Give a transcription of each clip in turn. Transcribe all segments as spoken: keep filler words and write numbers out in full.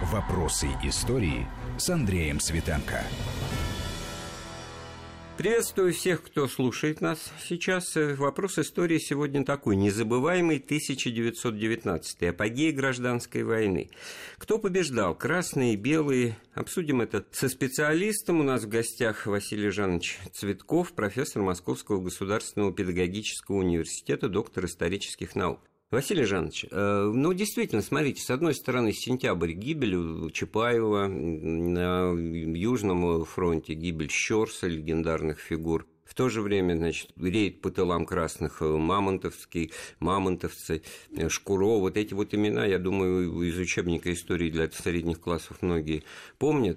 Вопросы истории с Андреем Светенко. Приветствую всех, кто слушает нас сейчас. Вопрос истории сегодня такой. Незабываемый тысяча девятьсот девятнадцатый. Апогей гражданской войны. Кто побеждал? Красные, белые? Обсудим это со специалистом. У нас в гостях Василий Жанович Цветков, профессор Московского государственного педагогического университета, доктор исторических наук. Василий Жанович, э, ну, действительно, смотрите, с одной стороны, сентябрь, гибель Чапаева, на Южном фронте гибель Щорса, легендарных фигур. В то же время, значит, рейд по тылам красных, Мамонтовский, Мамонтовцы, Шкуро, вот эти вот имена, я думаю, из учебника истории для средних классов многие помнят.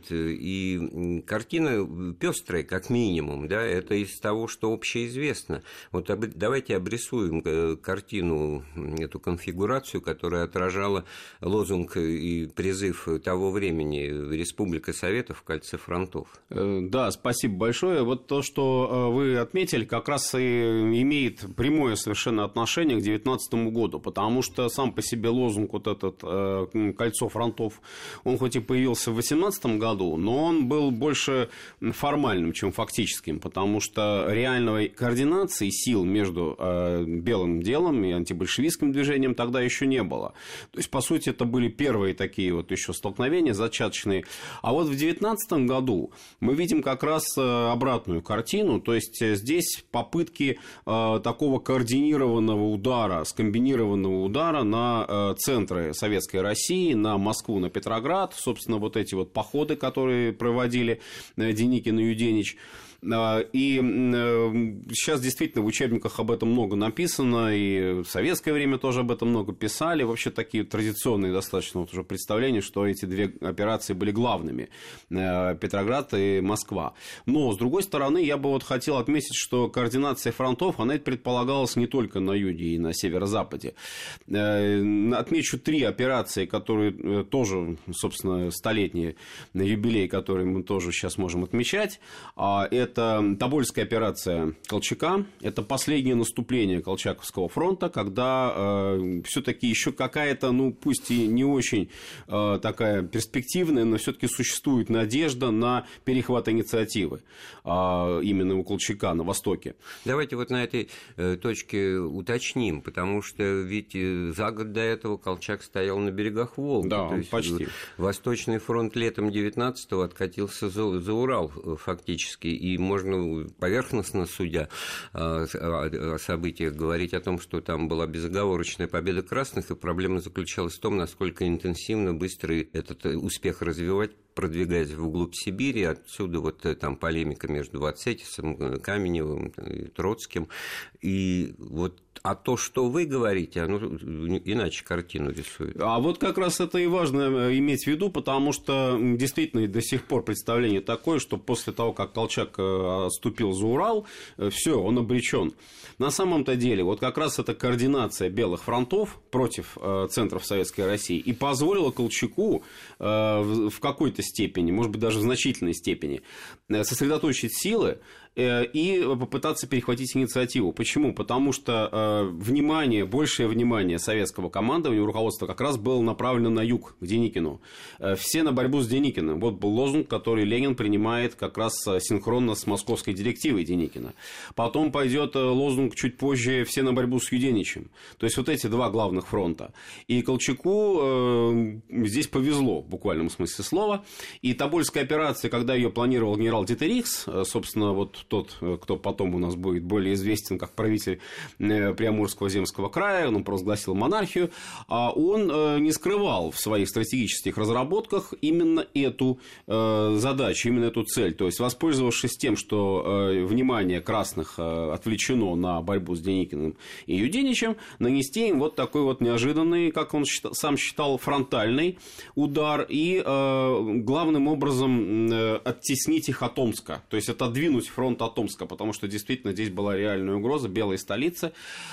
И картина пестрая, как минимум, да, это из того, что общеизвестно. Вот давайте обрисуем картину, эту конфигурацию, которая отражала лозунг и призыв того времени «Республика Советов в кольце фронтов». Да, спасибо большое. Вот то, что вы отметили, как раз и имеет прямое совершенно отношение к девятнадцатому году, потому что сам по себе лозунг вот этот э, «Кольцо фронтов», он хоть и появился в восемнадцатом году, но он был больше формальным, чем фактическим, потому что реальной координации сил между э, белым делом и антибольшевистским движением тогда еще не было. То есть, по сути, это были первые такие вот еще столкновения зачаточные. А вот в девятнадцатом году мы видим как раз обратную картину, то есть здесь попытки э, такого координированного удара, скомбинированного удара на э, центры Советской России, на Москву, на Петроград, собственно, вот эти вот походы, которые проводили э, Деникин и Юденич. И сейчас действительно в учебниках об этом много написано, и в советское время тоже об этом много писали. Вообще такие традиционные достаточно вот уже представления, что эти две операции были главными – Петроград и Москва. Но, с другой стороны, я бы вот хотел отметить, что координация фронтов, она предполагалась не только на юге и на северо-западе. Отмечу три операции, которые тоже, собственно, столетний юбилей, который мы тоже сейчас можем отмечать. Это Это Тобольская операция Колчака, это последнее наступление Колчаковского фронта, когда э, все-таки еще какая-то, ну пусть и не очень э, такая перспективная, но все-таки существует надежда на перехват инициативы э, именно у Колчака на Востоке. Давайте вот на этой э, точке уточним, потому что ведь за год до этого Колчак стоял на берегах Волги. Да, то есть почти. Восточный фронт летом девятнадцатого откатился за, за Урал фактически, и можно поверхностно судя о событиях говорить о том, что там была безоговорочная победа красных, и проблема заключалась в том, насколько интенсивно, быстро этот успех развивать, продвигаясь вглубь Сибири. Отсюда вот там полемика между Вацетисом, Каменевым, Троцким. И вот а то, что вы говорите, оно иначе картину рисует. А вот как раз это и важно иметь в виду, потому что действительно до сих пор представление такое, что после того, как Колчак отступил за Урал, все, он обречен. На самом-то деле, вот как раз эта координация белых фронтов против центров Советской России и позволила Колчаку в какой-то степени, может быть, даже в значительной степени, сосредоточить силы и попытаться перехватить инициативу. Почему? Потому что э, внимание, большее внимание советского командования, руководства как раз было направлено на юг, к Деникину. Э, все на борьбу с Деникиным. Вот был лозунг, который Ленин принимает как раз синхронно с московской директивой Деникина. Потом пойдет лозунг чуть позже «все на борьбу с Юденичем». То есть вот эти два главных фронта. И Колчаку э, здесь повезло, в буквальном смысле слова. И Тобольская операция, когда ее планировал генерал Дитерихс, собственно, вот тот, кто потом у нас будет более известен как правитель Приамурского земского края, он провозгласил монархию, он не скрывал в своих стратегических разработках именно эту задачу, именно эту цель. То есть, воспользовавшись тем, что внимание красных отвлечено на борьбу с Деникиным и Юденичем, нанести им вот такой вот неожиданный, как он сам считал, фронтальный удар и главным образом оттеснить их от Омска, то есть отодвинуть фронт фронт от Омска, потому что действительно здесь была реальная угроза белой столицы.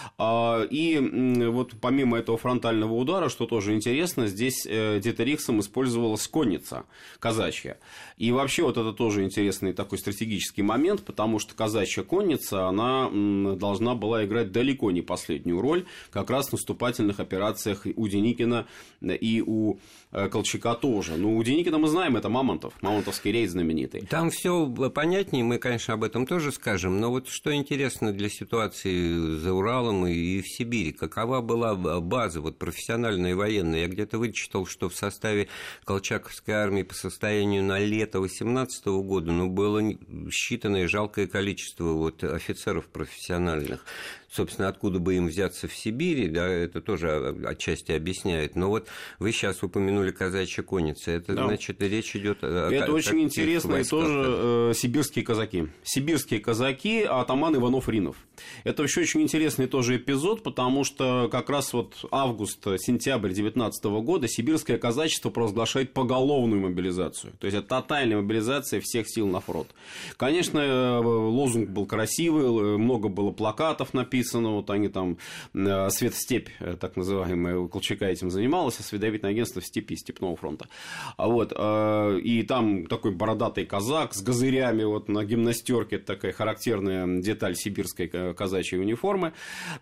И вот помимо этого фронтального удара, что тоже интересно, здесь Дитерихсом использовалась конница казачья. И вообще вот это тоже интересный такой стратегический момент, потому что казачья конница, она должна была играть далеко не последнюю роль как раз в наступательных операциях у Деникина и у Колчака тоже. Ну, у Деникина мы знаем, это Мамонтов, Мамонтовский рейд знаменитый. Там все понятнее, мы, конечно, об этом тоже скажем, но вот что интересно для ситуации за Уралом и в Сибири, какова была база вот, профессиональная и военная? Я где-то вычитал, что в составе Колчаковской армии по состоянию на лето восемнадцатого года ну, было считанное жалкое количество вот, офицеров профессиональных. Собственно, откуда бы им взяться в Сибири, да, это тоже отчасти объясняет. Но вот вы сейчас упомянули казачья конница. Это, да. значит, речь идет о Это как, очень интересно, и тоже э, сибирские казаки. Сибирские казаки, атаман Иванов-Ринов. Это вообще очень интересный тоже эпизод, потому что как раз вот август-сентябрь девятнадцатого года сибирское казачество провозглашает поголовную мобилизацию. То есть, это тотальная мобилизация всех сил на фронт. Конечно, лозунг был красивый, много было плакатов написано. Вот они там, Светстепь, так называемая, у Колчака этим занималась, осведомительное агентство в степи Степного фронта. Вот, и там такой бородатый казак с газырями вот на гимнастерке, это такая характерная деталь сибирской казачьей униформы,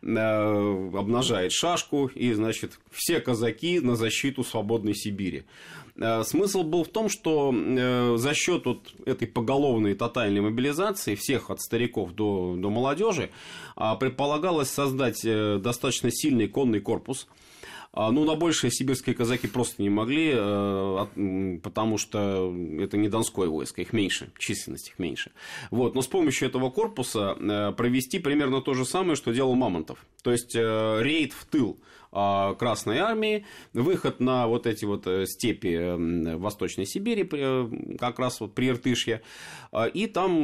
обнажает шашку, и, значит, все казаки на защиту свободной Сибири. Смысл был в том, что за счет вот этой поголовной тотальной мобилизации всех от стариков до, до молодежи предполагалось создать достаточно сильный конный корпус. Ну, на большее сибирские казаки просто не могли, потому что это не донское войско, их меньше, численность их меньше. Вот. Но с помощью этого корпуса провести примерно то же самое, что делал Мамонтов. То есть, рейд в тыл Красной армии, выход на вот эти вот степи Восточной Сибири, как раз вот при Иртышье, и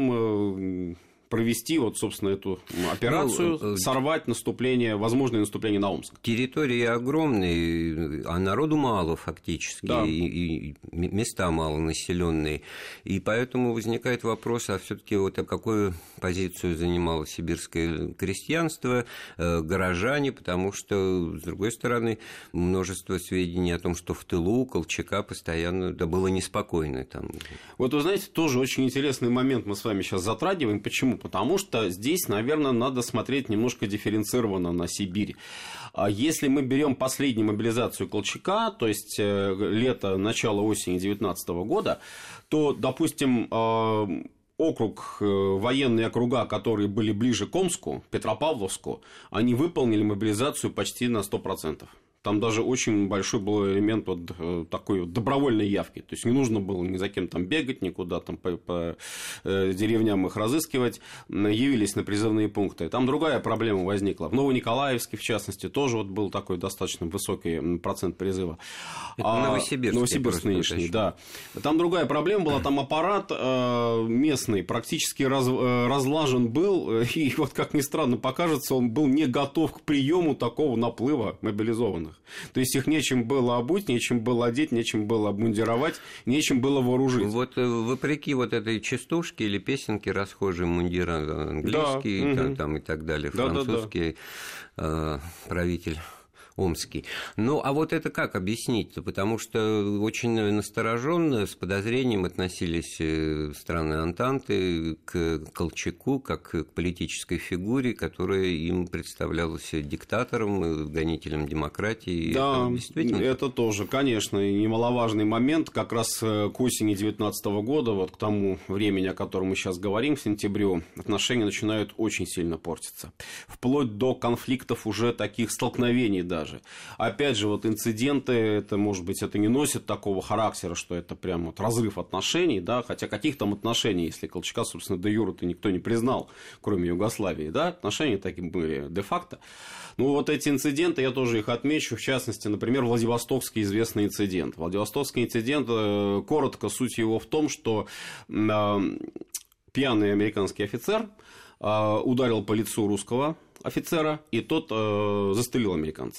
там провести вот, собственно, эту операцию, ну, сорвать наступление, возможное наступление на Омск. Территории огромные, а народу мало фактически, да. и, и места малонаселенные. И поэтому возникает вопрос, а все-таки вот, а какую позицию занимало сибирское крестьянство, э, горожане, потому что, с другой стороны, множество сведений о том, что в тылу Колчака постоянно да, было неспокойно. Там. Вот вы знаете, тоже очень интересный момент мы с вами сейчас затрагиваем. Почему? Потому что здесь, наверное, надо смотреть немножко дифференцированно на Сибирь. Если мы берем последнюю мобилизацию Колчака, то есть лето, начало осени девятнадцатого года, то, допустим, округ, военные округа, которые были ближе к Омску, Петропавловску, они выполнили мобилизацию почти на сто процентов. Там даже очень большой был элемент вот такой вот добровольной явки. То есть, не нужно было ни за кем там бегать, никуда там по, по деревням их разыскивать. Явились на призывные пункты. Там другая проблема возникла. В Новониколаевске, в частности, тоже вот был такой достаточно высокий процент призыва. Это а, Новосибирск. Новосибирск нынешний, да. Там другая проблема была. Там аппарат местный практически раз, разлажен был. И вот, как ни странно покажется, он был не готов к приему такого наплыва мобилизованных. То есть, их нечем было обуть, нечем было одеть, нечем было обмундировать, нечем было вооружить. Вот вопреки вот этой частушке или песенке расхожие мундира английские, да. там, там и так далее, французский да, да, да. Э, правитель омский. Ну, а вот это как объяснить-то? Потому что очень настороженно, с подозрением относились страны Антанты к Колчаку, как к политической фигуре, которая им представлялась диктатором, гонителем демократии. Да, это, действительно... это тоже, конечно, немаловажный момент. Как раз к осени девятнадцатого года, вот к тому времени, о котором мы сейчас говорим, к сентябрю, отношения начинают очень сильно портиться. Вплоть до конфликтов уже таких столкновений даже. Опять же, вот инциденты, это, может быть, это не носит такого характера, что это прям вот разрыв отношений, да, хотя каких там отношений, если Колчака, собственно, де юре-то никто не признал, кроме Югославии, да, отношения такие были де-факто. Ну, вот эти инциденты, я тоже их отмечу, в частности, например, Владивостокский известный инцидент. Владивостокский инцидент, коротко, суть его в том, что пьяный американский офицер ударил по лицу русского офицера, и тот застрелил американца.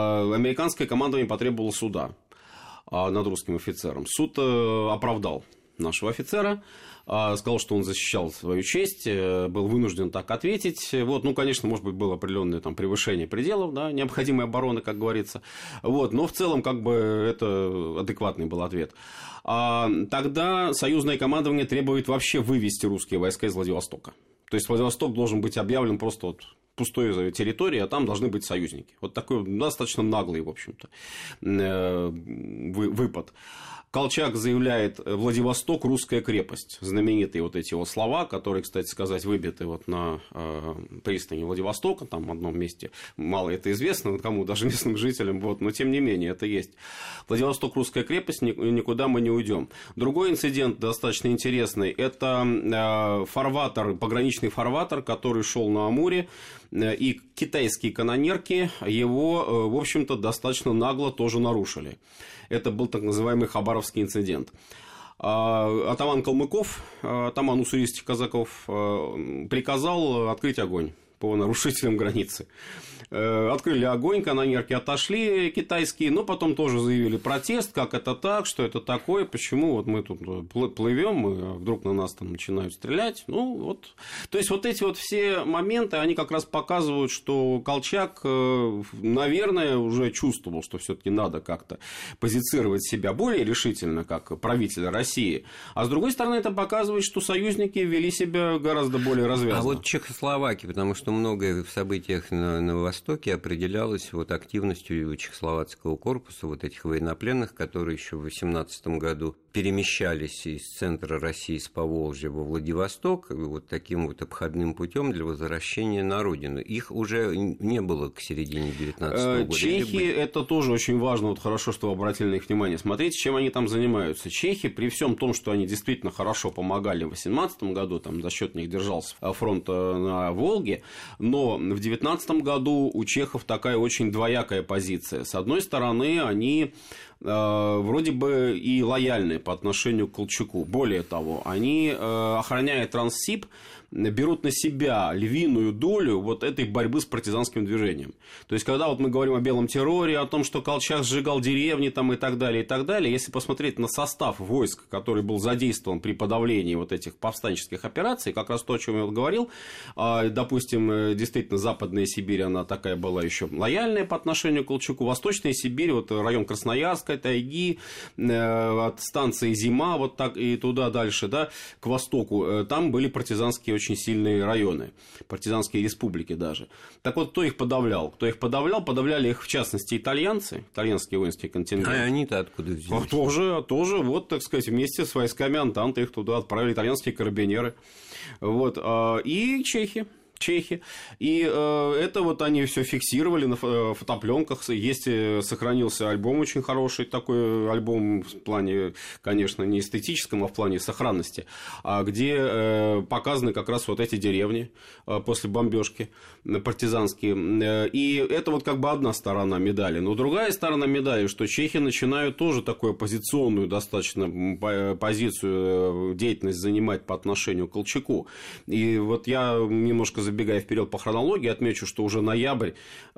Американское командование потребовало суда над русским офицером. Суд оправдал нашего офицера, сказал, что он защищал свою честь, был вынужден так ответить. Вот, ну, конечно, может быть, было определенное там превышение пределов, да, необходимой обороны, как говорится. Вот, но в целом, как бы, это адекватный был ответ. А тогда союзное командование требует вообще вывести русские войска из Владивостока. То есть Владивосток должен быть объявлен просто вот пустой территории, а там должны быть союзники. Вот такой достаточно наглый, в общем-то, выпад. Колчак заявляет: Владивосток – русская крепость. Знаменитые вот эти вот слова, которые, кстати сказать, выбиты вот на э, пристани Владивостока, там в одном месте, мало это известно кому, даже местным жителям, вот, но тем не менее это есть. Владивосток – русская крепость, никуда мы не уйдем. Другой инцидент достаточно интересный – это э, фарватер, пограничный фарватер, который шел на Амуре, э, и китайские канонерки его, э, в общем-то, достаточно нагло тоже нарушили. Это был так называемый Хабаровский инцидент. Атаман Калмыков, атаман уссурийских казаков, приказал открыть огонь по нарушителям границы. Открыли огонь, канонерки отошли китайские, но потом тоже заявили протест, как это так, что это такое, почему вот мы тут плывем, и вдруг на нас там начинают стрелять. Ну, вот. То есть, вот эти вот все моменты, они как раз показывают, что Колчак, наверное, уже чувствовал, что все-таки надо как-то позицировать себя более решительно, как правитель России. А с другой стороны, это показывает, что союзники вели себя гораздо более развязно. А вот Чехословакия, потому что многое в событиях на, на Востоке определялось вот активностью чехословацкого корпуса, вот этих военнопленных, которые еще в восемнадцатом году перемещались из центра России, с Поволжья во Владивосток, вот таким вот обходным путем для возвращения на родину. Их уже не было к середине девятнадцатого года. Чехи, Или... это тоже очень важно, вот хорошо, что вы обратили на их внимание. Смотрите, чем они там занимаются. Чехи, при всем том, что они действительно хорошо помогали в восемнадцатом году, там за счет них держался фронт на Волге, но в девятнадцатом году у чехов такая очень двоякая позиция. С одной стороны, они э, вроде бы и лояльны по отношению к Колчаку. Более того, они, э, охраняя Транссиб, берут на себя львиную долю вот этой борьбы с партизанским движением. То есть, когда вот мы говорим о белом терроре, о том, что Колчак сжигал деревни там, и так далее, и так далее, если посмотреть на состав войск, который был задействован при подавлении вот этих повстанческих операций, как раз то, о чем я вот говорил, допустим, действительно, Западная Сибирь, она такая была еще лояльная по отношению к Колчаку, Восточная Сибирь, вот район Красноярской тайги, от станции Зима, вот так и туда дальше, да, к востоку, там были партизанские очень сильные районы, партизанские республики даже. Так вот, кто их подавлял? Кто их подавлял? Подавляли их, в частности, итальянцы, итальянские воинские контингенты. А они-то откуда взялись? А тоже, тоже, вот, так сказать, вместе с войсками Антанты их туда отправили, итальянские карабинеры. Вот, и чехи. Чехи. И э, это вот они все фиксировали на фотопленках. Есть, сохранился альбом очень хороший, такой альбом в плане, конечно, не эстетическом, а в плане сохранности, где э, показаны как раз вот эти деревни э, после бомбежки партизанские. И это вот как бы одна сторона медали. Но другая сторона медали, что чехи начинают тоже такую оппозиционную достаточно позицию, деятельность занимать по отношению к Колчаку. И вот я немножко забегая вперед по хронологии, отмечу, что уже ноябрь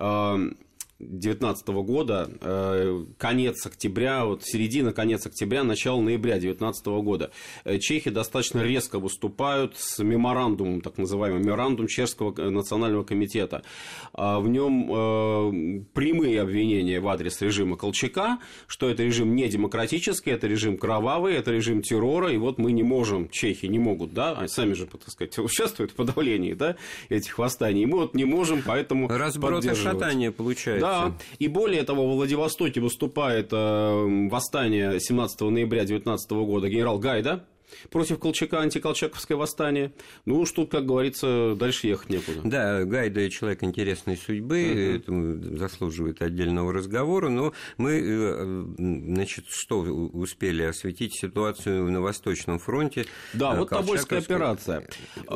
девятнадцатого года, конец октября, вот середина, конец октября, начало ноября девятнадцатого года, чехи достаточно резко выступают с меморандумом, так называемым меморандум Чешского национального комитета. В нем прямые обвинения в адрес режима Колчака, что это режим не демократический, это режим кровавый, это режим террора, и вот мы не можем, чехи не могут, да, они сами же, так сказать, участвуют в подавлении, да, этих восстаний, и мы вот не можем, поэтому разброд и шатание получается. Да, и более того, во Владивостоке выступает э, восстание семнадцатого ноября девятнадцатого года генерал Гайда против Колчака, антиколчаковское восстание. Ну уж тут, как говорится, дальше ехать некуда. Да, Гайда человек интересной судьбы, uh-huh. это заслуживает отдельного разговора, но мы, значит, что успели осветить ситуацию на Восточном фронте. Да, вот Тобольская операция.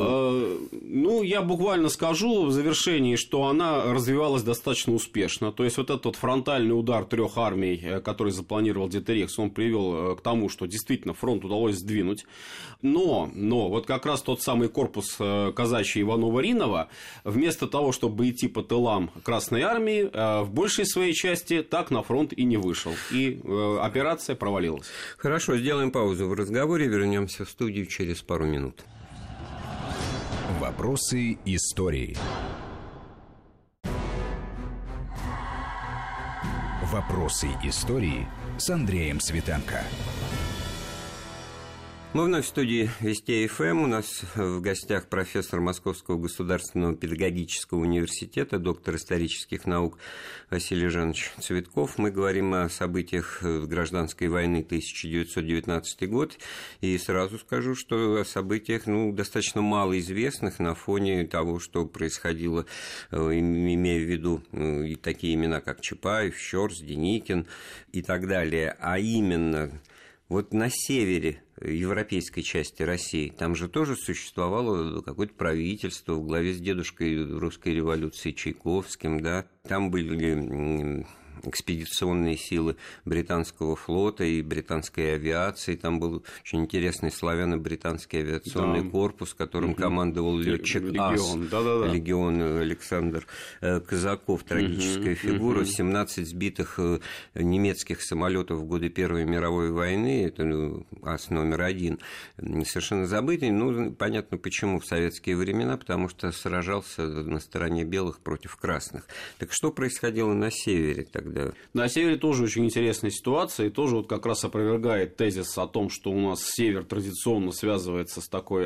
Ну, я буквально скажу в завершении, что она развивалась достаточно успешно. То есть, вот этот фронтальный удар трех армий, который запланировал Дитерикс, он привел к тому, что действительно фронт удалось сдвинуть. путь. Но, но вот как раз тот самый корпус казачий Иванова-Ринова, вместо того, чтобы идти по тылам Красной Армии, в большей своей части так на фронт и не вышел. И операция провалилась. Хорошо, сделаем паузу в разговоре, вернемся в студию через пару минут. Вопросы истории. Вопросы истории с Андреем Светенко. Мы вновь в студии Вести ФМ. У нас в гостях профессор Московского государственного педагогического университета, доктор исторических наук Василий Жанович Цветков. Мы говорим о событиях гражданской войны тысяча девятьсот девятнадцатый год. И сразу скажу, что о событиях ну, достаточно мало известных на фоне того, что происходило, имея в виду и такие имена, как Чапаев, Щорс, Деникин и так далее. А именно... Вот на севере европейской части России, там же тоже существовало какое-то правительство в главе с дедушкой русской революции Чайковским, да, там были экспедиционные силы британского флота и британской авиации. Там был очень интересный славяно-британский авиационный да. корпус, которым угу. командовал летчик ас, да, да, да. легион Александр Казаков, трагическая угу, фигура. Угу. семнадцать сбитых немецких самолетов в годы Первой мировой войны, это ну, ас номер один, совершенно забытый. Ну, понятно, почему в советские времена, потому что сражался на стороне белых против красных. Так что происходило на севере тогда? На севере тоже очень интересная ситуация, и тоже вот как раз опровергает тезис о том, что у нас север традиционно связывается с такой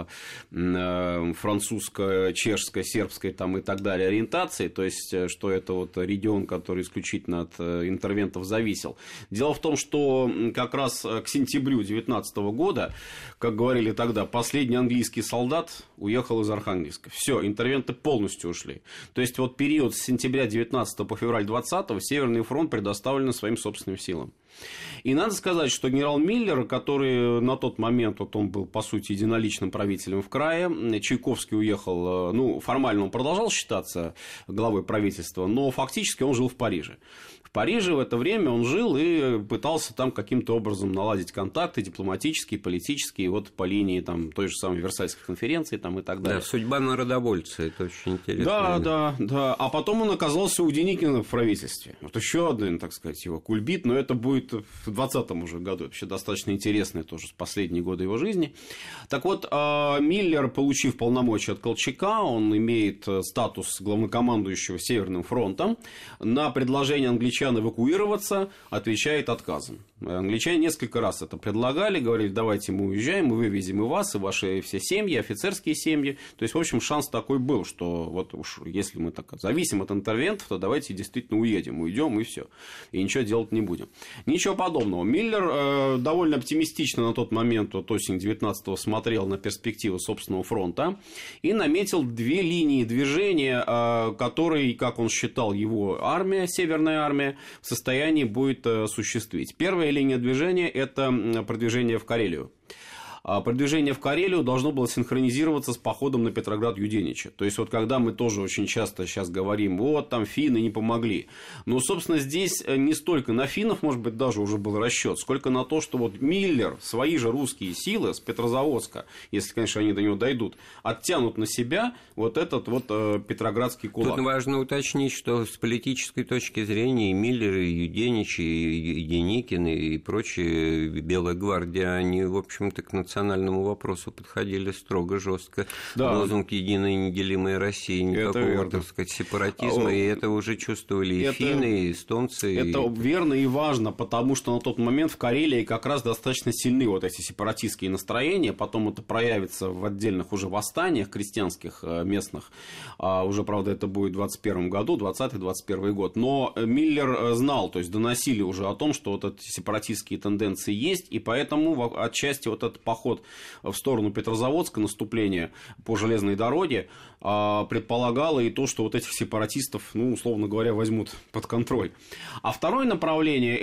англо-французской, чешской, сербской там, и так далее ориентацией, то есть, что это вот регион, который исключительно от интервентов зависел. Дело в том, что как раз к сентябрю тысяча девятьсот девятнадцатого года, как говорили тогда, последний английский солдат уехал из Архангельска. Все, интервенты полностью ушли. То есть, вот период с сентября девятнадцатого по февраль двадцатого Северный фронт предоставлен своим собственным силам. И надо сказать, что генерал Миллер, который на тот момент, вот он был, по сути, единоличным правителем в крае, Чайковский уехал, ну, формально он продолжал считаться главой правительства, но фактически он жил в Париже. В Париже в это время он жил и пытался там каким-то образом наладить контакты дипломатические, политические, вот по линии там, той же самой Версальской конференции там, и так далее. Да, судьба народовольца, это очень интересно. Да, да, да. А потом он оказался у Деникина в правительстве. Вот еще один, так сказать, его кульбит, но это будет в двадцатом уже году. Вообще достаточно интересное тоже с последние годы его жизни. Так вот, Миллер, получив полномочия от Колчака, он имеет статус главнокомандующего Северным фронтом. На предложение англичан эвакуироваться отвечает отказом. Англичане несколько раз это предлагали, говорили, давайте мы уезжаем, мы вывезем и вас, и ваши все семьи, офицерские семьи. То есть, в общем, шанс такой был, что вот уж если мы так зависим от интервентов, то давайте действительно уедем, уйдем и все. И ничего делать не будем. Ничего подобного. Миллер э, довольно оптимистично на тот момент, вот осень девятнадцатого, смотрел на перспективы собственного фронта и наметил две линии движения, э, которые, как он считал, его армия, Северная армия, в состоянии будет э, осуществить. Первая линия движения – это продвижение в Карелию. Продвижение в Карелию должно было синхронизироваться с походом на Петроград Юденича. То есть, вот когда мы тоже очень часто сейчас говорим, вот там финны не помогли. Но, собственно, здесь не столько на финнов, может быть, даже уже был расчет, сколько на то, что вот Миллер, свои же русские силы с Петрозаводска, если, конечно, они до него дойдут, оттянут на себя вот этот вот э, Петроградский кулак. Тут важно уточнить, что с политической точки зрения и Миллер, и Юденич, и Деникин, и прочие, Белая гвардия, они, в общем-то, к национальному вопросу подходили строго, жестко. Да. Лозунг «Единая неделимая Россия», никакого, так сказать, сепаратизма, а, и это уже чувствовали и это, финны, и эстонцы. Это и... верно и важно, потому что на тот момент в Карелии как раз достаточно сильны вот эти сепаратистские настроения, потом это проявится в отдельных уже восстаниях крестьянских местных, а уже, правда, это будет в двадцать первом году, двадцатый двадцать первый год, но Миллер знал, то есть доносили уже о том, что вот эти сепаратистские тенденции есть, и поэтому отчасти вот этот поход в сторону Петрозаводска, наступление по железной дороге, предполагало и то, что вот этих сепаратистов, ну, условно говоря, возьмут под контроль. А второе направление –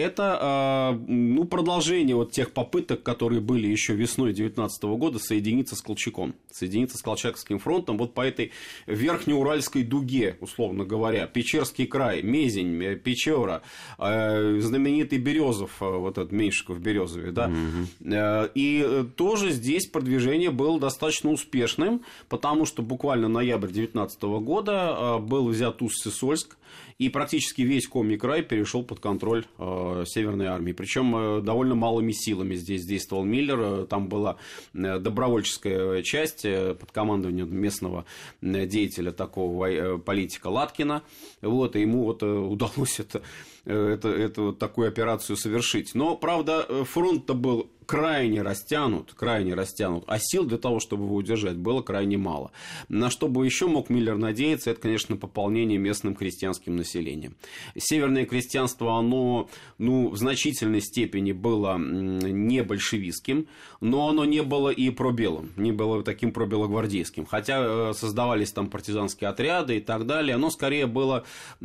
это ну, продолжение вот тех попыток, которые были еще весной девятнадцатого года, соединиться с Колчаком, соединиться с Колчаковским фронтом вот по этой верхнеуральской дуге, условно говоря, Печерский край, Мезень, Печора, знаменитый Березов, вот этот Меньшиков в Березове, да, mm-hmm. и то, тоже здесь продвижение было достаточно успешным, потому что буквально ноябрь девятнадцатого года был взят Усть-Сысольск, и практически весь Коми край перешел под контроль э, Северной армии. Причем э, довольно малыми силами здесь действовал Миллер. Там была э, добровольческая часть э, под командованием местного э, деятеля, такого э, политика Латкина. Вот, и ему вот, э, удалось это, э, это, это, вот такую операцию совершить. Но, правда, фронт-то был крайне растянут, крайне растянут, а сил для того, чтобы его удержать, было крайне мало. На что бы еще мог Миллер надеяться, это, конечно, пополнение местным крестьянским населением. Северное крестьянство, оно, ну, в значительной степени было не большевистским, но оно не было и пробелым, не было таким пробелогвардейским. Хотя создавались там партизанские отряды и так далее, оно скорее было,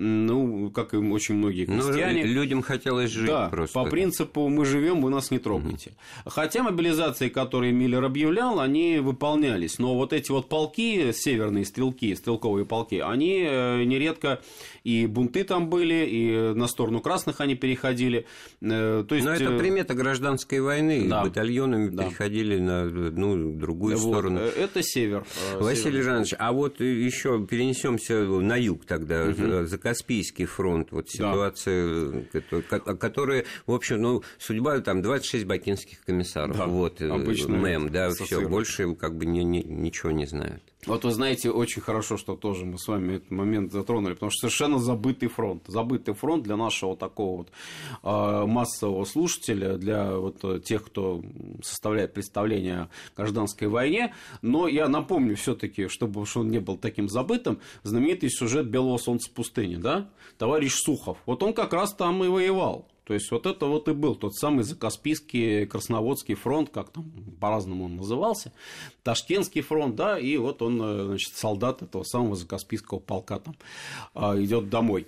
ну, как и очень многие крестьяне. Ну, людям хотелось жить, да, просто. По принципу «мы живем, вы нас не трогайте». Угу. Хотя мобилизации, которые Миллер объявлял, они выполнялись. Но вот эти вот полки, северные стрелки, стрелковые полки, они нередко и бунты там были, и на сторону красных они переходили. То есть... Но это примета гражданской войны. Да. Батальонами да. переходили на ну, другую вот. сторону. Это север. Василий Жанович, а вот еще перенесемся на юг тогда, угу. за Каспийский фронт. Вот ситуация, да. которая, в общем, ну, судьба там двадцать шесть бакинских комиссаров. Да, вот, мэм, да, все, больше как бы ни, ни, ничего не знают. Вот вы знаете, очень хорошо, что тоже мы с вами этот момент затронули, потому что совершенно забытый фронт. Забытый фронт для нашего такого вот э, массового слушателя, для вот тех, кто составляет представление о гражданской войне. Но я напомню все-таки, чтобы он не был таким забытым, знаменитый сюжет «Белого солнца пустыни», да? Товарищ Сухов. Вот он как раз там и воевал. То есть, вот это вот и был тот самый Закаспийский Красноводский фронт, как там по-разному он назывался, Ташкентский фронт, да, и вот он, значит, солдат этого самого Закаспийского полка там идет домой.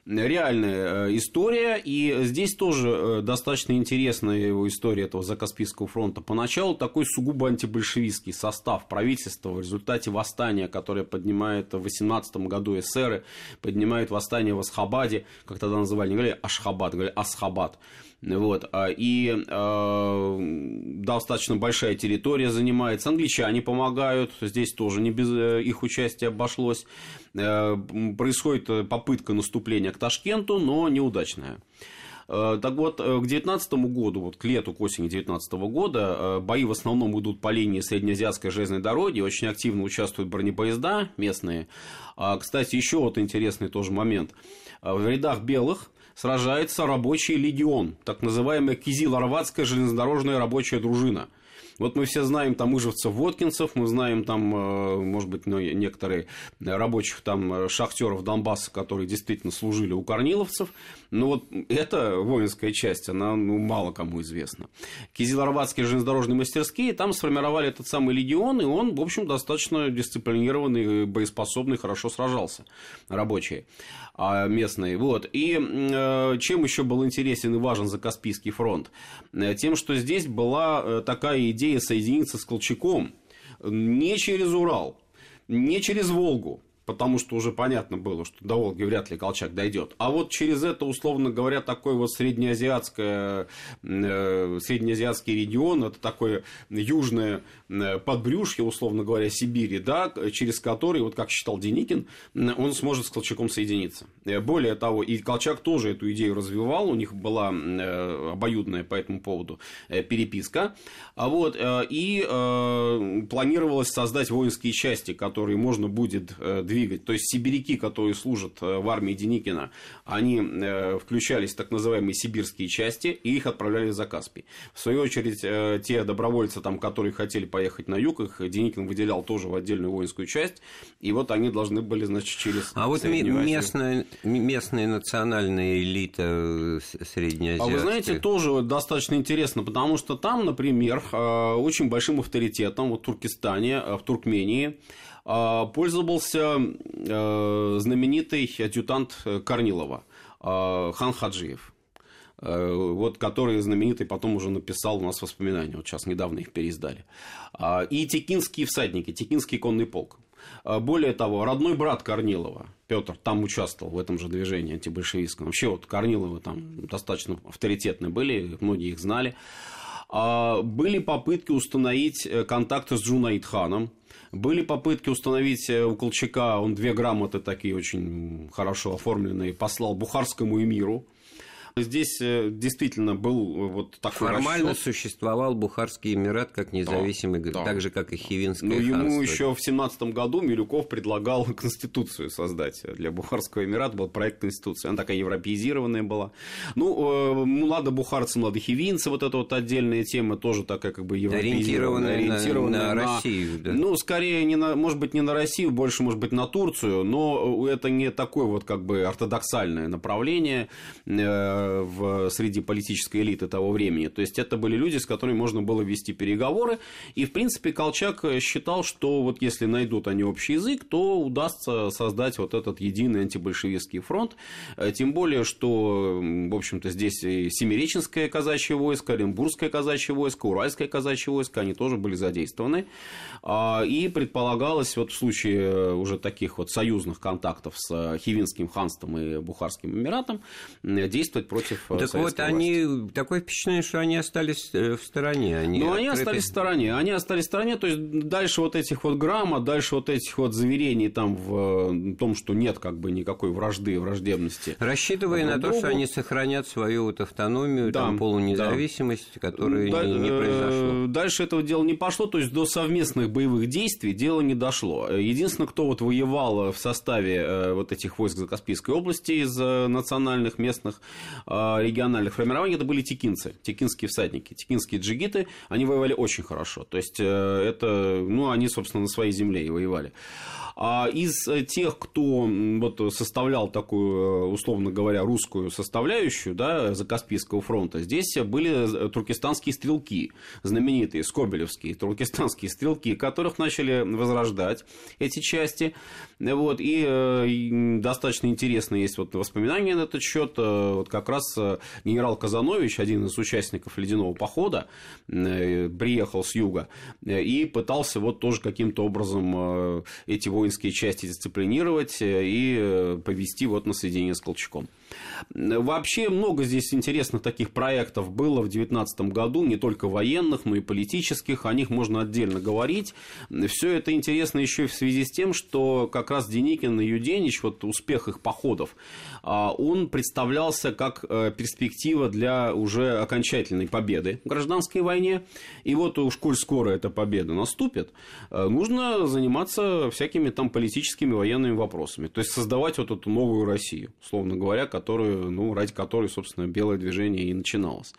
Реальная история, и здесь тоже достаточно интересная его история этого Закаспийского фронта. Поначалу такой сугубо антибольшевистский состав правительства в результате восстания, которое поднимает в восемнадцатом году эсеры, поднимает восстание в Асхабаде, как тогда называли, не говорили Ашхабад, говорили Асхабад. Вот, и э, достаточно большая территория занимается. Англичане помогают, здесь тоже не без их участия обошлось. Э, происходит попытка наступления к Ташкенту, но неудачная. Э, так вот, к девятнадцатому году, вот к лету, к осени девятнадцатого года, бои в основном идут по линии Среднеазиатской железной дороги, очень активно участвуют бронепоезда местные. А, кстати, еще вот интересный тоже момент. В рядах белых сражается рабочий легион, так называемая Кизил-Арватская железнодорожная рабочая дружина. Вот мы все знаем там выживцев-воткинцев, мы знаем там, может быть, ну, некоторые рабочих там шахтеров Донбасса, которые действительно служили у корниловцев. Но вот эта воинская часть, она ну, мало кому известна. Кизил-Арватские железнодорожные мастерские там сформировали этот самый легион, и он, в общем, достаточно дисциплинированный, боеспособный, хорошо сражался, рабочие местные. Вот. И э, чем еще был интересен и важен Закаспийский фронт? Тем, что здесь была такая идея соединиться с Колчаком не через Урал, не через Волгу, потому что уже понятно было, что до Волги вряд ли Колчак дойдет. А вот через это, условно говоря, такой вот среднеазиатское, э, среднеазиатский регион, это такое южное подбрюшье, условно говоря, Сибири, да, через который, вот как считал Деникин, он сможет с Колчаком соединиться. Более того, и Колчак тоже эту идею развивал, у них была обоюдная по этому поводу переписка, а вот, и э, планировалось создать воинские части, которые можно будет двигать. То есть сибиряки, которые служат в армии Деникина, они включались в так называемые сибирские части и их отправляли в Закаспий. В свою очередь, те добровольцы, там, которые хотели поехать на юг, их Деникин выделял тоже в отдельную воинскую часть, и вот они должны были, значит, через А вот местная, местная национальная элита среднеазиатская. А вы знаете, тоже достаточно интересно, потому что там, например, очень большим авторитетом вот в Туркестане, в Туркмении пользовался знаменитый адъютант Корнилова Хан Хаджиев, вот, который знаменитый потом уже написал у нас воспоминания, вот сейчас недавно их переиздали. И текинские всадники, текинский конный полк. Более того, родной брат Корнилова, Петр, там участвовал в этом же движении антибольшевистском. Вообще вот Корниловы там достаточно авторитетны были, многие их знали. Были попытки установить контакты с Джунаид-ханом. Были попытки установить у Колчака, он две грамоты такие очень хорошо оформленные послал бухарскому эмиру. Здесь действительно был вот такой Формально расчет. Существовал Бухарский Эмират как независимый, да, так да. же, как и Хивинское ханство. Ну, ему еще в семнадцатом году Милюков предлагал конституцию создать для Бухарского Эмирата. Был проект конституции. Она такая европеизированная была. Ну, младо-бухарцы, младо-хивинцы, вот эта вот отдельная тема, тоже такая как бы европеизированная. Ориентированная на, на, на Россию. Да. Ну, скорее, не на, может быть, не на Россию, больше, может быть, на Турцию, но это не такое вот как бы ортодоксальное направление в, среди политической элиты того времени. То есть, это были люди, с которыми можно было вести переговоры. И, в принципе, Колчак считал, что вот если найдут они общий язык, то удастся создать вот этот единый антибольшевистский фронт. Тем более, что, в общем-то, здесь и Семиреченское казачье войско, Оренбургское казачье войско, Уральское казачье войско, они тоже были задействованы. И предполагалось вот в случае уже таких вот союзных контактов с Хивинским ханством и Бухарским Эмиратом действовать против Так советской вот, они, власти. Такое впечатление, что они остались в стороне. Они ну, они открыты... остались в стороне. Они остались в стороне, то есть, дальше вот этих вот грамот, дальше вот этих вот заверений там в том, что нет как бы никакой вражды, враждебности. Рассчитывая на то, что они сохранят свою вот автономию, да, там, полунезависимость, да. которая да, не, не произошло. Дальше этого дела не пошло, то есть, до совместных боевых действий дело не дошло. Единственное, кто вот воевал в составе вот этих войск Закаспийской области из национальных, местных, региональных формирований, это были текинцы, текинские всадники, текинские джигиты, они воевали очень хорошо, то есть, это, ну, они, собственно, на своей земле и воевали. А из тех, кто вот составлял такую, условно говоря, русскую составляющую, да, Закаспийского фронта, здесь были туркестанские стрелки, знаменитые скобелевские туркестанские стрелки, которых начали возрождать эти части. Вот, и, и достаточно интересно есть вот воспоминания на этот счет. Вот как раз генерал Казанович, один из участников ледяного похода, приехал с юга и пытался вот тоже каким-то образом эти воинские части дисциплинировать и повести вот на соединение с Колчаком. Вообще много здесь интересных таких проектов было в девятнадцатом году, не только военных, но и политических, о них можно отдельно говорить. Все это интересно еще и в связи с тем, что как раз Деникин и Юденич, вот успех их походов, он представлялся как перспектива для уже окончательной победы в гражданской войне. И вот уж коль скоро эта победа наступит, нужно заниматься всякими там политическими военными вопросами. То есть, создавать вот эту новую Россию, условно говоря, которую, ну, ради которой, собственно, белое движение и начиналось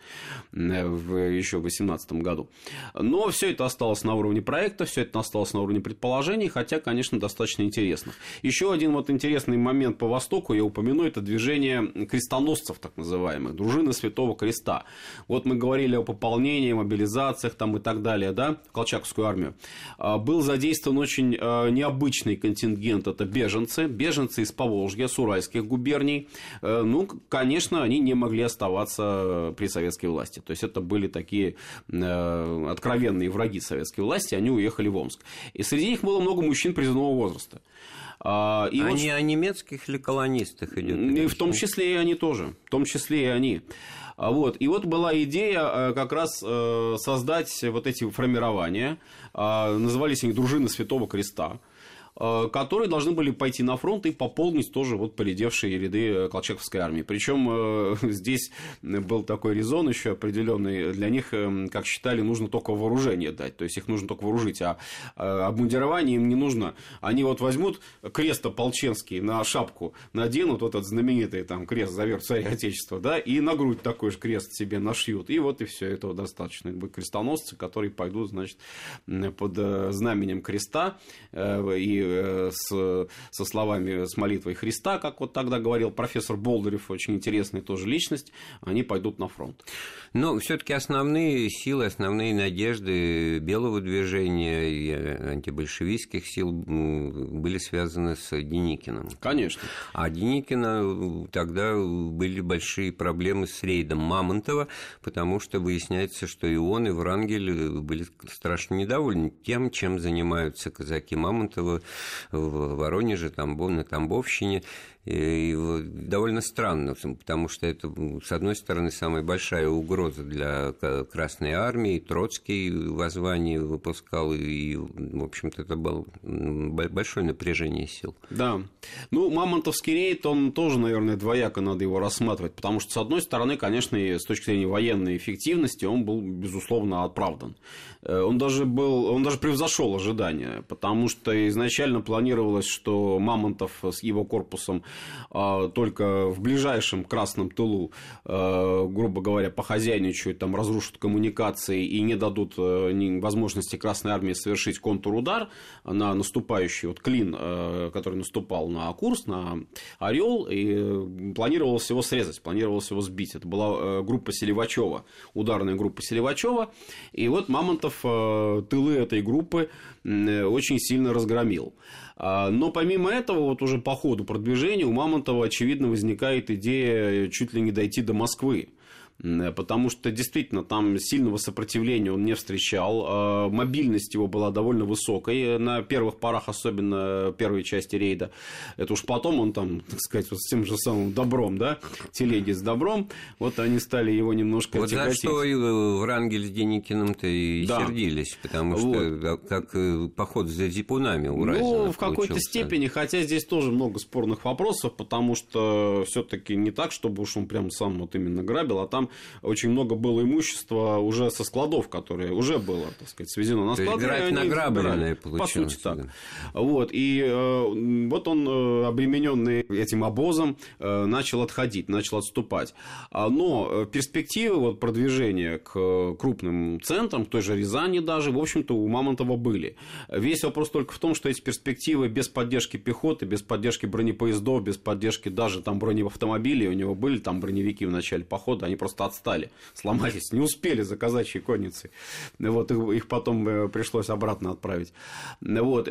в, еще в восемнадцатом году. Но все это осталось на уровне проекта, все это осталось на уровне предположений, хотя, конечно, достаточно интересно. Еще один вот интересный момент по Востоку я упомяну, это движение крестоносцев, так называемых, дружины Святого Креста. Вот мы говорили о пополнении, мобилизациях там и так далее, да, Колчаковскую армию. Был задействован очень необычный контингент, это беженцы, беженцы из Поволжья, с уральских губерний. Ну, конечно, они не могли оставаться при советской власти. То есть, это были такие э, откровенные враги советской власти, они уехали в Омск. И среди них было много мужчин призывного возраста. А, и они вот... о немецких или колонистах идет? И в том числе и они тоже. В том числе и они. Вот. И вот была идея как раз создать вот эти формирования. Назывались они дружины Святого Креста, которые должны были пойти на фронт и пополнить тоже вот поредевшие ряды колчаковской армии. Причем здесь был такой резон еще определенный. Для них, как считали, нужно только вооружение дать. То есть, их нужно только вооружить, а обмундирование им не нужно. Они вот возьмут крест ополченский на шапку, наденут вот этот знаменитый там крест за верх царя Отечества, да, и на грудь такой же крест себе нашьют. И вот и все, этого достаточно. Это будут крестоносцы, которые пойдут, значит, под знаменем креста и С, со словами, с молитвой Христа, как вот тогда говорил профессор Болдырев, очень интересная тоже личность, они пойдут на фронт. Но все-таки основные силы, основные надежды белого движения и антибольшевистских сил были связаны с Деникиным. Конечно. А Деникина тогда были большие проблемы с рейдом Мамонтова, потому что выясняется, что и он, и Врангель были страшно недовольны тем, чем занимаются казаки Мамонтова в Воронеже, Тамбов, на Тамбовщине. И довольно странно, потому что это, с одной стороны, самая большая угроза для Красной Армии. Троцкий воззвание выпускал, и, в общем-то, это было большое напряжение сил. Да. Ну, Мамонтовский рейд, он тоже, наверное, двояко надо его рассматривать, потому что, с одной стороны, конечно, с точки зрения военной эффективности, он был, безусловно, оправдан. Он даже, был, он даже превзошел ожидания, потому что изначально планировалось, что Мамонтов с его корпусом только в ближайшем красном тылу, грубо говоря, похозяйничают, там разрушат коммуникации и не дадут возможности Красной Армии совершить контрудар на наступающий вот клин, который наступал на Курск, на Орел, и планировалось его срезать, планировалось его сбить. Это была группа Селивачева, ударная группа Селивачева, и вот Мамонтов тылы этой группы очень сильно разгромил. Но помимо этого, вот уже по ходу продвижения у Мамонтова, очевидно, возникает идея чуть ли не дойти до Москвы. Потому что действительно там сильного сопротивления он не встречал, мобильность его была довольно высокой на первых порах, особенно первой части рейда. Это уж потом он там, так сказать, вот с тем же самым добром, да, телеги с добром, вот они стали его немножко вот тяготить. Вот за что и Врангель с Деникиным-то и да. сердились, потому что вот. Как поход за зипунами у Разина. Ну, в какой-то степени, хотя здесь тоже много спорных вопросов, потому что все-таки не так, чтобы уж он прям сам вот именно грабил, а там очень много было имущества уже со складов, которое уже было, так сказать, свезено на склады. То есть награбленное получилось. По сути, так. Да. Вот, и э, вот он, э, обремененный этим обозом, э, начал отходить, начал отступать. Но перспективы вот, продвижения к крупным центрам, к той же Рязани даже, в общем-то, у Мамонтова были. Весь вопрос только в том, что эти перспективы без поддержки пехоты, без поддержки бронепоездов, без поддержки даже там бронеавтомобилей, у него были там броневики в начале похода, они просто отстали, сломались, не успели за казачьей конницей. Вот, их потом пришлось обратно отправить. Вот,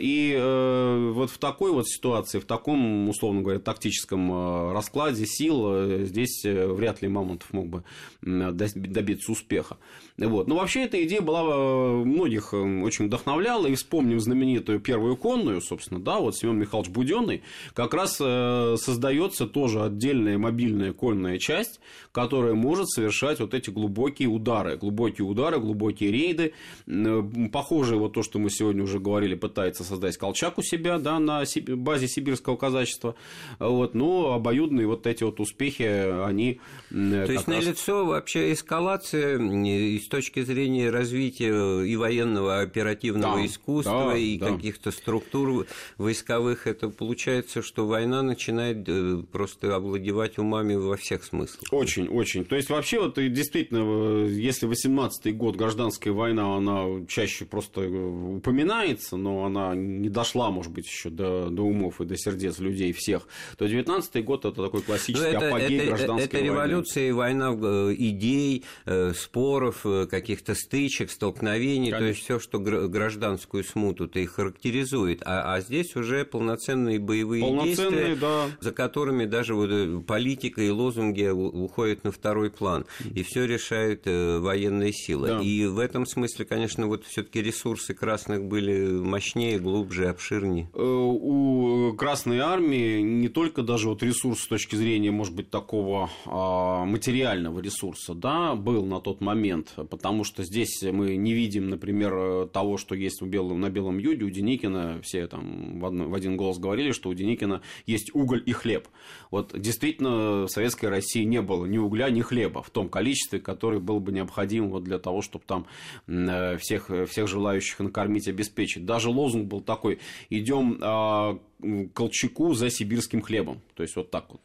и вот в такой вот ситуации, в таком, условно говоря, тактическом раскладе сил здесь вряд ли Мамонтов мог бы добиться успеха. Вот. Но вообще эта идея была многих очень вдохновляла, и вспомним знаменитую первую конную, собственно, да, вот Семен Михайлович Буденный, как раз создается тоже отдельная мобильная конная часть, которая может совершать вот эти глубокие удары, глубокие удары, глубокие рейды. Похожее вот то, что мы сегодня уже говорили, пытается создать Колчак у себя, да, на базе сибирского казачества. Вот, но обоюдные вот эти вот успехи, они... То есть раз... налицо вообще эскалация с точки зрения развития и военного оперативного да, искусства, да, и да. каких-то структур войсковых, это получается, что война начинает просто овладевать умами во всех смыслах. Очень, очень. То есть, вообще, вот действительно, если восемнадцатый год, гражданская война, она чаще просто упоминается, но она не дошла, может быть, еще до, до умов и до сердец людей всех, то девятнадцатый год – это такой классический это, апогей это, гражданской это, это войны. Революция и война идей, споров, каких-то стычек, столкновений, Конечно. То есть все, что гражданскую смуту-то и характеризует. А, а здесь уже полноценные боевые полноценные, действия, да. за которыми даже вот политика и лозунги уходят на второй план. И все решают военные силы. Да. И в этом смысле, конечно, вот все-таки ресурсы красных были мощнее, глубже, обширнее. У Красной Армии не только даже вот ресурс с точки зрения, может быть, такого материального ресурса, да, был на тот момент, потому что здесь мы не видим, например, того, что есть у белом, на Белом Юге, у Деникина, все там в, одно, в один голос говорили, что у Деникина есть уголь и хлеб. Вот действительно в Советской России не было ни угля, ни хлеба в том количестве, которое было бы необходимо вот для того, чтобы там всех, всех желающих накормить, обеспечить. Даже лозунг был такой: идем к Колчаку за сибирским хлебом. То есть вот так вот.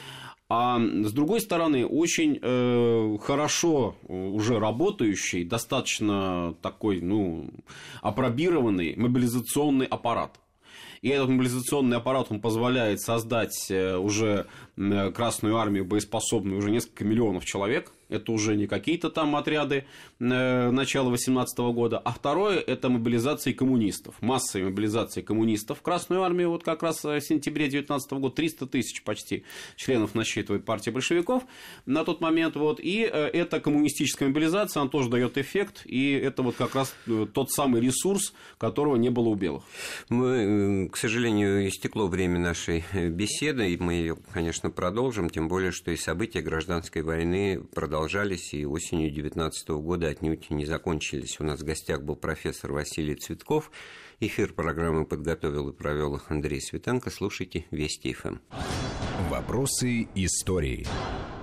А с другой стороны, очень э, хорошо уже работающий, достаточно такой, ну, апробированный мобилизационный аппарат. И этот мобилизационный аппарат, он позволяет создать уже Красную Армию, боеспособную уже несколько миллионов человек. это уже не какие-то там отряды э, начала восемнадцатого года, а второе – это мобилизация коммунистов, массовая мобилизация коммунистов в Красную армию, вот как раз в сентябре девятнадцатого года, триста тысяч почти членов насчитывает партия большевиков на тот момент, вот, и э, эта коммунистическая мобилизация, она тоже дает эффект, и это вот как раз тот самый ресурс, которого не было у белых. Мы, к сожалению, истекло время нашей беседы, и мы ее, конечно, продолжим, тем более, что и события гражданской войны продолжаются. Продолжались и осенью девятнадцатого года отнюдь не закончились. У нас в гостях был профессор Василий Цветков. Эфир программы подготовил и провел Андрей Светенко. Слушайте Вести эф эм. Вопросы истории.